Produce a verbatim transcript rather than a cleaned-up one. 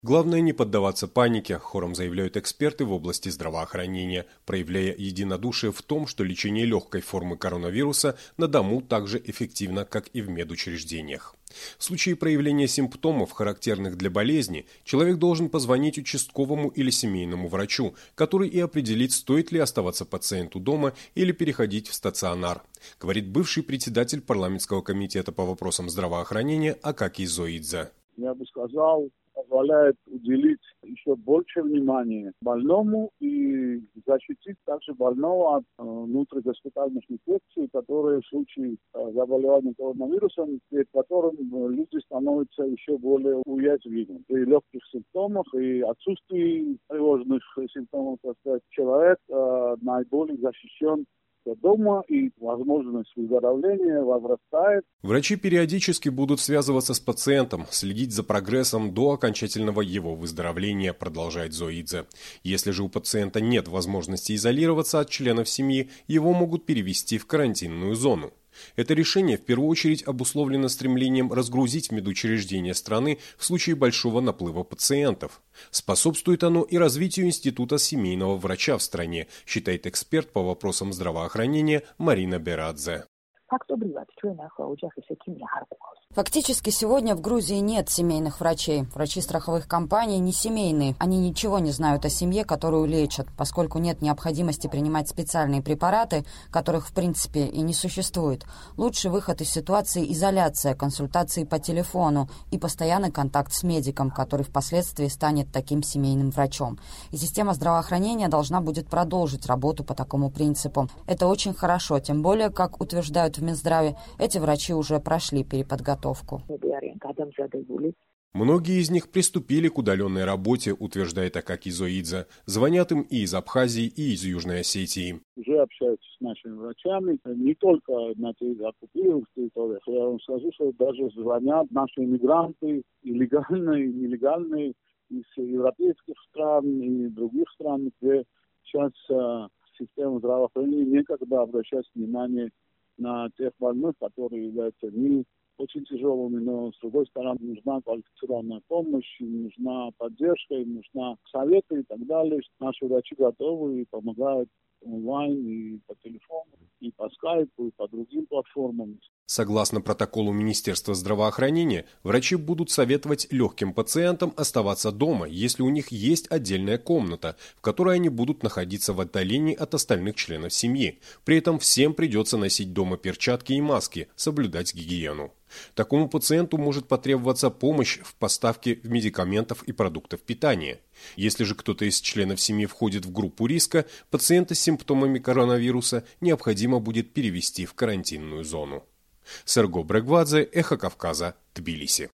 Главное не поддаваться панике, хором заявляют эксперты в области здравоохранения, проявляя единодушие в том, что лечение легкой формы коронавируса на дому так же эффективно, как и в медучреждениях. В случае проявления симптомов, характерных для болезни, человек должен позвонить участковому или семейному врачу, который и определит, стоит ли оставаться пациенту дома или переходить в стационар, говорит бывший председатель парламентского комитета по вопросам здравоохранения Акакий Зоидзе. Я бы сказал, позволяет уделить еще больше внимания больному и защитить также больного от э, внутригоспитальных инфекций, которые в случае э, заболевания коронавирусом, перед которым люди становятся еще более уязвимыми. При легких симптомах и отсутствии тревожных симптомов, так сказать, человек э, наиболее защищен дома, и возможность выздоровления возрастает. Врачи периодически будут связываться с пациентом, следить за прогрессом до окончательного его выздоровления, продолжает Зоидзе. Если же у пациента нет возможности изолироваться от членов семьи, его могут перевести в карантинную зону. Это решение в первую очередь обусловлено стремлением разгрузить медучреждения страны в случае большого наплыва пациентов. Способствует оно и развитию института семейного врача в стране, считает эксперт по вопросам здравоохранения Марина Берадзе. Фактически сегодня в Грузии нет семейных врачей. Врачи страховых компаний не семейные. Они ничего не знают о семье, которую лечат, поскольку нет необходимости принимать специальные препараты, которых в принципе и не существует. Лучший выход из ситуации – изоляция, консультации по телефону и постоянный контакт с медиком, который впоследствии станет таким семейным врачом. И система здравоохранения должна будет продолжить работу по такому принципу. Это очень хорошо, тем более, как утверждают в Минздраве, эти врачи уже прошли переподготовку. Многие из них приступили к удаленной работе, утверждает Акакий Зоидзе. Звонят им и из Абхазии, и из Южной Осетии. Уже общаются с нашими врачами, не только на оккупированных территориях. Я вам скажу, что даже звонят наши иммигранты, и легальные, и нелегальные, из европейских стран и других стран, где сейчас э, система здравоохранения некогда обращать внимание на тех больных, которые являются не очень тяжелыми, но с другой стороны нужна квалифицированная помощь, нужна поддержка, нужна советы и так далее. Наши врачи готовы и помогают онлайн, и по телефону, и по скайпу, и по другим платформам. Согласно протоколу Министерства здравоохранения, врачи будут советовать легким пациентам оставаться дома, если у них есть отдельная комната, в которой они будут находиться в отдалении от остальных членов семьи. При этом всем придется носить дома перчатки и маски, соблюдать гигиену. Такому пациенту может потребоваться помощь в поставке медикаментов и продуктов питания. Если же кто-то из членов семьи входит в группу риска, пациента с симптомами коронавируса необходимо будет перевести в карантинную зону. Серго Брегвадзе, Эхо Кавказа, Тбилиси.